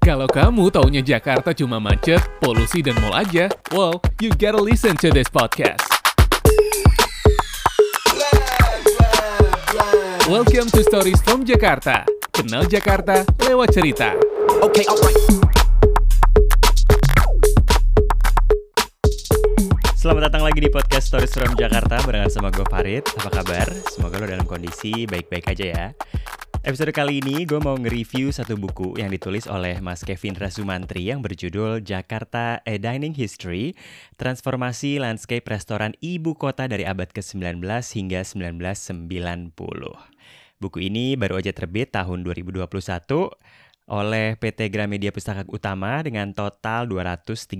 Kalau kamu taunya Jakarta cuma macet, polusi, dan mall aja, well, you gotta listen to this podcast. Welcome to Stories from Jakarta. Kenal Jakarta lewat cerita. Okay, alright. Selamat datang lagi di podcast Stories from Jakarta barengan sama gue Farid. Apa kabar? Semoga lo dalam kondisi baik-baik aja ya. Episode kali ini gue mau nge-review satu buku yang ditulis oleh Mas Kevin Rasumantri yang berjudul Jakarta A Dining History, Transformasi Landscape Restoran Ibu Kota dari abad ke-19 hingga 1990. Buku ini baru aja terbit tahun 2021 oleh PT Gramedia Pustaka Utama dengan total 237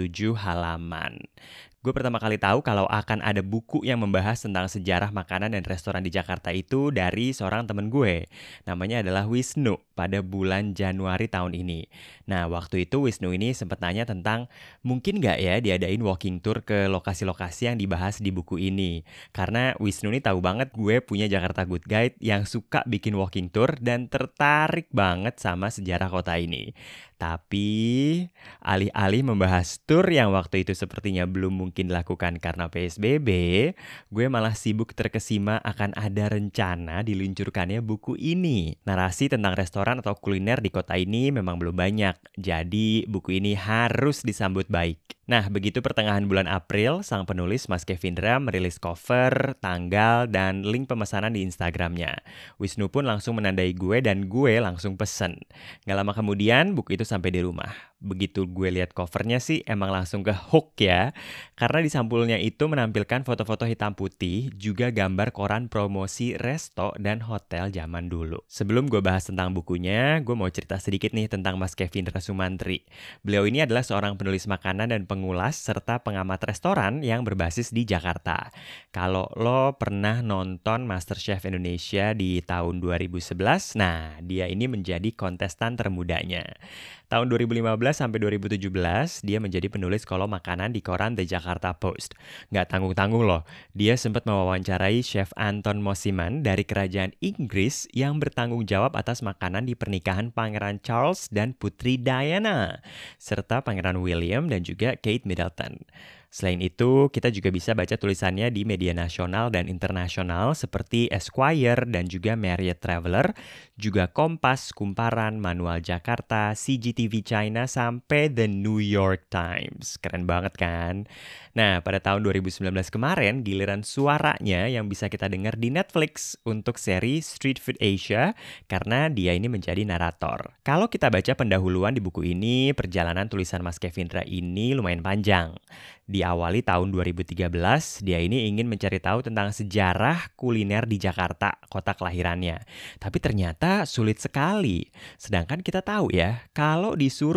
halaman. Gue pertama kali tahu kalau akan ada buku yang membahas tentang sejarah makanan dan restoran di Jakarta itu dari seorang temen gue. Namanya adalah Wisnu pada bulan Januari tahun ini. Nah, waktu itu Wisnu ini sempat nanya tentang mungkin nggak ya diadain walking tour ke lokasi-lokasi yang dibahas di buku ini. Karena Wisnu ini tahu banget gue punya Jakarta Good Guide yang suka bikin walking tour dan tertarik banget sama sejarah kota ini. Tapi alih-alih membahas tour yang waktu itu sepertinya belum mungkin dilakukan karena PSBB, gue malah sibuk terkesima akan ada rencana diluncurkannya buku ini. Narasi tentang restoran atau kuliner di kota ini memang belum banyak, jadi buku ini harus disambut baik. Nah, begitu pertengahan bulan April, sang penulis Mas Kevindra merilis cover, tanggal, dan link pemesanan di Instagramnya. Wisnu pun langsung menandai gue dan gue langsung pesen. Gak lama kemudian, buku itu sampai di rumah. Begitu gue lihat covernya sih emang langsung ke hook ya. Karena di sampulnya itu menampilkan foto-foto hitam putih, juga gambar koran promosi resto dan hotel zaman dulu. Sebelum gue bahas tentang bukunya, gue mau cerita sedikit nih tentang Mas Kevin Rasumantri. Beliau ini adalah seorang penulis makanan dan pengulas serta pengamat restoran yang berbasis di Jakarta. Kalau lo pernah nonton MasterChef Indonesia di tahun 2011, nah dia ini menjadi kontestan termudanya. Tahun 2015 sampai 2017, dia menjadi penulis kolom makanan di koran The Jakarta Post. Nggak tanggung-tanggung loh, dia sempat mewawancarai Chef Anton Mosiman dari kerajaan Inggris yang bertanggung jawab atas makanan di pernikahan Pangeran Charles dan Putri Diana, serta Pangeran William dan juga Kate Middleton. Selain itu, kita juga bisa baca tulisannya di media nasional dan internasional seperti Esquire dan juga Marriott Traveler, juga Kompas, Kumparan, Manual Jakarta, CGTV China, sampai The New York Times. Keren banget kan? Nah, pada tahun 2019 kemarin, giliran suaranya yang bisa kita dengar di Netflix untuk seri Street Food Asia, karena dia ini menjadi narator. Kalau kita baca pendahuluan di buku ini, perjalanan tulisan Mas Kevindra ini lumayan panjang. Diawali tahun 2013, dia ini ingin mencari tahu tentang sejarah kuliner di Jakarta, kota kelahirannya. Tapi ternyata sulit sekali. Sedangkan kita tahu ya, kalau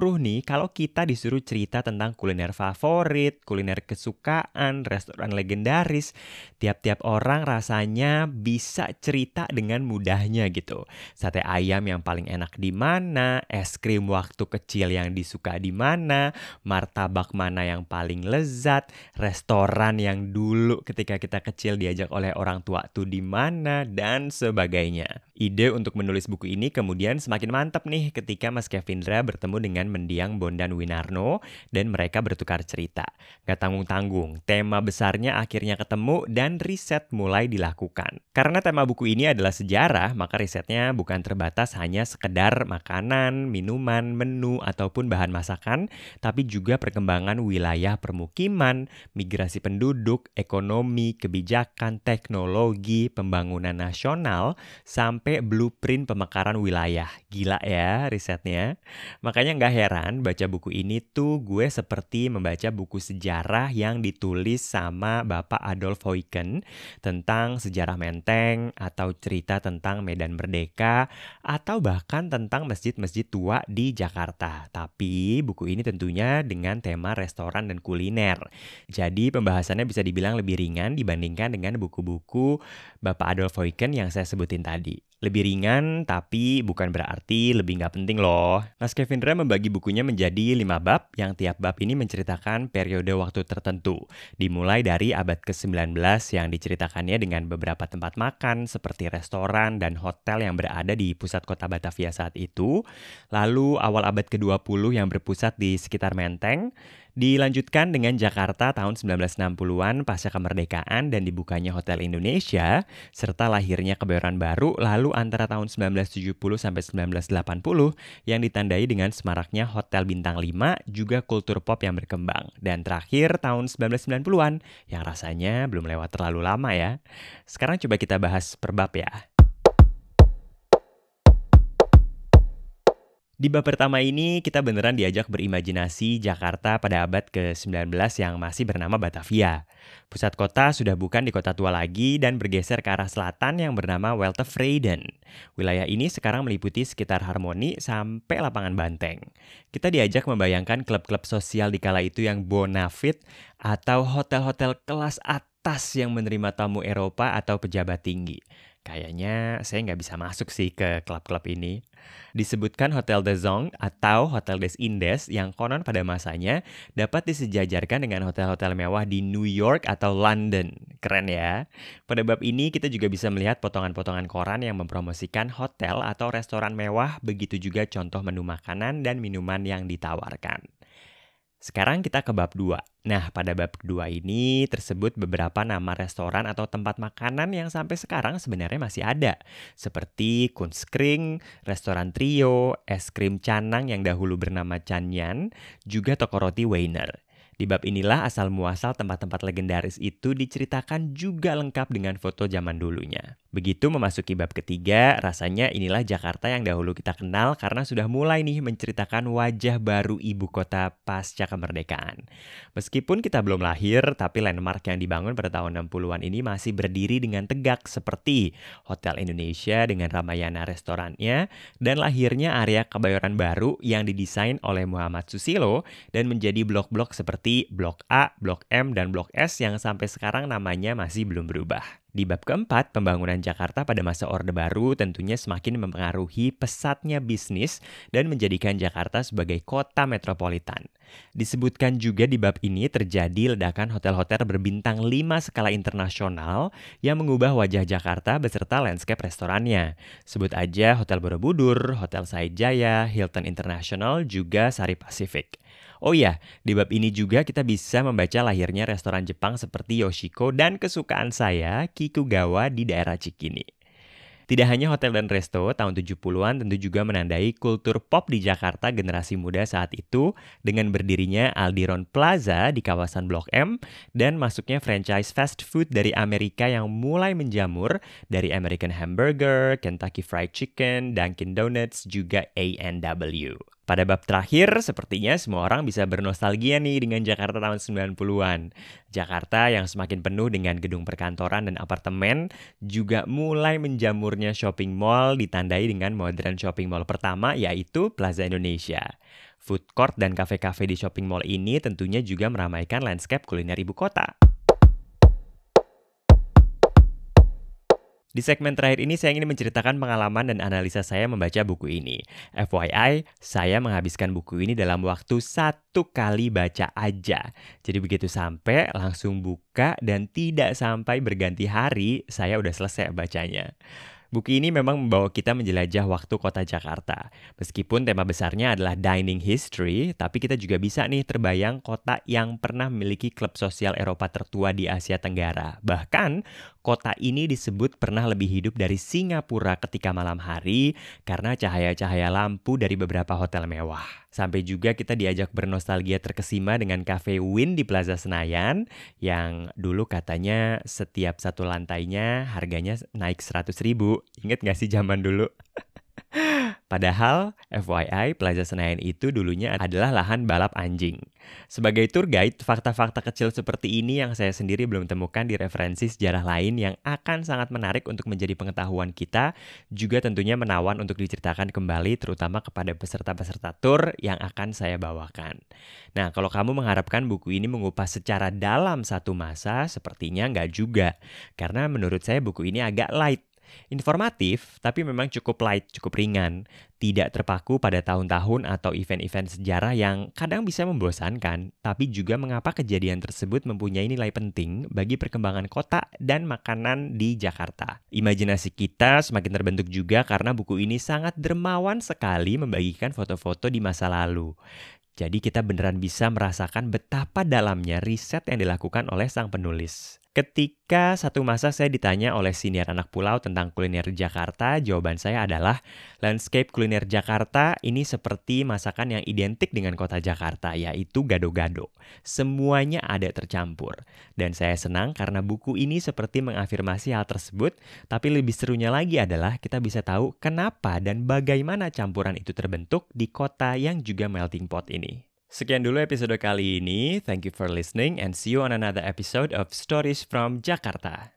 kita disuruh cerita tentang kuliner favorit, kuliner kesukaan, restoran legendaris, tiap-tiap orang rasanya bisa cerita dengan mudahnya gitu. Sate ayam yang paling enak di mana, es krim waktu kecil yang disuka di mana, martabak mana yang paling lezat, restoran yang dulu ketika kita kecil diajak oleh orang tua tuh di mana, dan sebagainya. Ide untuk menulis buku ini kemudian semakin mantap nih ketika Mas Kevindra bertemu dengan mendiang Bondan Winarno dan mereka bertukar cerita. Gak tanggung-tanggung, tema besarnya akhirnya ketemu dan riset mulai dilakukan. Karena tema buku ini adalah sejarah, maka risetnya bukan terbatas hanya sekedar makanan, minuman, menu, ataupun bahan masakan, tapi juga perkembangan wilayah permukiman, migrasi penduduk, ekonomi, kebijakan, teknologi, pembangunan nasional, sampai blueprint pemekaran wilayah. Gila ya risetnya. Makanya nggak heran baca buku ini tuh gue seperti membaca buku sejarah yang ditulis sama Bapak Adolf Huycken tentang sejarah Menteng, atau cerita tentang Medan Merdeka, atau bahkan tentang masjid-masjid tua di Jakarta. Tapi buku ini tentunya dengan tema restoran dan kuliner. Jadi pembahasannya bisa dibilang lebih ringan dibandingkan dengan buku-buku Bapak Adolf Huygens yang saya sebutin tadi. Lebih ringan, tapi bukan berarti lebih nggak penting loh. Mas Kevin Ram membagi bukunya menjadi 5 bab, yang tiap bab ini menceritakan periode waktu tertentu. Dimulai dari abad ke-19 yang diceritakannya dengan beberapa tempat makan seperti restoran dan hotel yang berada di pusat kota Batavia saat itu. Lalu awal abad ke-20 yang berpusat di sekitar Menteng. Dilanjutkan dengan Jakarta tahun 1960-an pasca kemerdekaan dan dibukanya Hotel Indonesia, serta lahirnya kebayoran baru lalu antara tahun 1970 sampai 1980 yang ditandai dengan semaraknya Hotel Bintang 5 juga kultur pop yang berkembang. Dan terakhir tahun 1990-an yang rasanya belum lewat terlalu lama ya. Sekarang coba kita bahas per bab ya. Di bab pertama ini, kita beneran diajak berimajinasi Jakarta pada abad ke-19 yang masih bernama Batavia. Pusat kota sudah bukan di kota tua lagi dan bergeser ke arah selatan yang bernama Weltevreden. Wilayah ini sekarang meliputi sekitar Harmoni sampai lapangan Banteng. Kita diajak membayangkan klub-klub sosial di kala itu yang bonafit atau hotel-hotel kelas atas yang menerima tamu Eropa atau pejabat tinggi. Kayaknya saya nggak bisa masuk sih ke klub-klub ini. Disebutkan Hotel de Zong atau Hotel des Indes yang konon pada masanya dapat disejajarkan dengan hotel-hotel mewah di New York atau London. Keren ya? Pada bab ini kita juga bisa melihat potongan-potongan koran yang mempromosikan hotel atau restoran mewah, begitu juga contoh menu makanan dan minuman yang ditawarkan. Sekarang kita ke bab 2. Nah, pada bab kedua ini tersebut beberapa nama restoran atau tempat makanan yang sampai sekarang sebenarnya masih ada. Seperti Kunstkring, Restoran Trio, Es Krim Canang yang dahulu bernama Canyan, juga toko roti Weiner. Di bab inilah asal-muasal tempat-tempat legendaris itu diceritakan juga lengkap dengan foto zaman dulunya. Begitu memasuki bab ketiga, rasanya inilah Jakarta yang dahulu kita kenal karena sudah mulai nih menceritakan wajah baru ibu kota pasca kemerdekaan. Meskipun kita belum lahir, tapi landmark yang dibangun pada tahun 60-an ini masih berdiri dengan tegak seperti Hotel Indonesia dengan Ramayana restorannya dan lahirnya area Kebayoran Baru yang didesain oleh Muhammad Susilo dan menjadi blok-blok seperti Blok A, Blok M, dan Blok S yang sampai sekarang namanya masih belum berubah. Di bab keempat, pembangunan Jakarta pada masa Orde Baru tentunya semakin mempengaruhi pesatnya bisnis dan menjadikan Jakarta sebagai kota metropolitan. Disebutkan juga di bab ini terjadi ledakan hotel-hotel berbintang 5 skala internasional yang mengubah wajah Jakarta beserta landscape restorannya. Sebut aja Hotel Borobudur, Hotel Said Jaya, Hilton International, juga Sari Pacific. Oh iya, di bab ini juga kita bisa membaca lahirnya restoran Jepang seperti Yoshiko dan kesukaan saya, Kikugawa di daerah Cikini. Tidak hanya hotel dan resto, tahun 70-an tentu juga menandai kultur pop di Jakarta generasi muda saat itu dengan berdirinya Aldiron Plaza di kawasan Blok M dan masuknya franchise fast food dari Amerika yang mulai menjamur dari American Hamburger, Kentucky Fried Chicken, Dunkin' Donuts, juga A&W. Pada bab terakhir, sepertinya semua orang bisa bernostalgia nih dengan Jakarta tahun 90-an. Jakarta yang semakin penuh dengan gedung perkantoran dan apartemen, juga mulai menjamurnya shopping mall ditandai dengan modern shopping mall pertama yaitu Plaza Indonesia. Food court dan kafe-kafe di shopping mall ini tentunya juga meramaikan landscape kuliner ibu kota. Di segmen terakhir ini saya ingin menceritakan pengalaman dan analisa saya membaca buku ini. FYI, saya menghabiskan buku ini dalam waktu 1 kali baca aja. Jadi begitu sampai, langsung buka dan tidak sampai berganti hari, saya udah selesai bacanya. Buku ini memang membawa kita menjelajah waktu kota Jakarta. Meskipun tema besarnya adalah dining history, tapi kita juga bisa nih terbayang kota yang pernah memiliki klub sosial Eropa tertua di Asia Tenggara. Bahkan, kota ini disebut pernah lebih hidup dari Singapura ketika malam hari karena cahaya-cahaya lampu dari beberapa hotel mewah. Sampai juga kita diajak bernostalgia terkesima dengan Cafe Win di Plaza Senayan yang dulu katanya setiap satu lantainya harganya naik 100.000. Ingat gak sih zaman dulu? Padahal, FYI, Plaza Senayan itu dulunya adalah lahan balap anjing. Sebagai tour guide, fakta-fakta kecil seperti ini yang saya sendiri belum temukan di referensi sejarah lain yang akan sangat menarik untuk menjadi pengetahuan kita, juga tentunya menawan untuk diceritakan kembali terutama kepada peserta-peserta tour yang akan saya bawakan. Nah, kalau kamu mengharapkan buku ini mengupas secara dalam satu masa, sepertinya nggak juga. Karena menurut saya buku ini agak light. Informatif, tapi memang cukup light, cukup ringan. Tidak terpaku pada tahun-tahun atau event-event sejarah yang kadang bisa membosankan, tapi juga mengapa kejadian tersebut mempunyai nilai penting bagi perkembangan kota dan makanan di Jakarta. Imajinasi kita semakin terbentuk juga karena buku ini sangat dermawan sekali membagikan foto-foto di masa lalu. Jadi kita beneran bisa merasakan betapa dalamnya riset yang dilakukan oleh sang penulis. Ketika satu masa saya ditanya oleh siniar anak pulau tentang kuliner Jakarta, jawaban saya adalah landscape kuliner Jakarta ini seperti masakan yang identik dengan kota Jakarta, yaitu gado-gado. Semuanya ada tercampur. Dan saya senang karena buku ini seperti mengafirmasi hal tersebut, tapi lebih serunya lagi adalah kita bisa tahu kenapa dan bagaimana campuran itu terbentuk di kota yang juga melting pot ini. Sekian dulu episode kali ini. Thank you for listening and see you on another episode of Stories from Jakarta.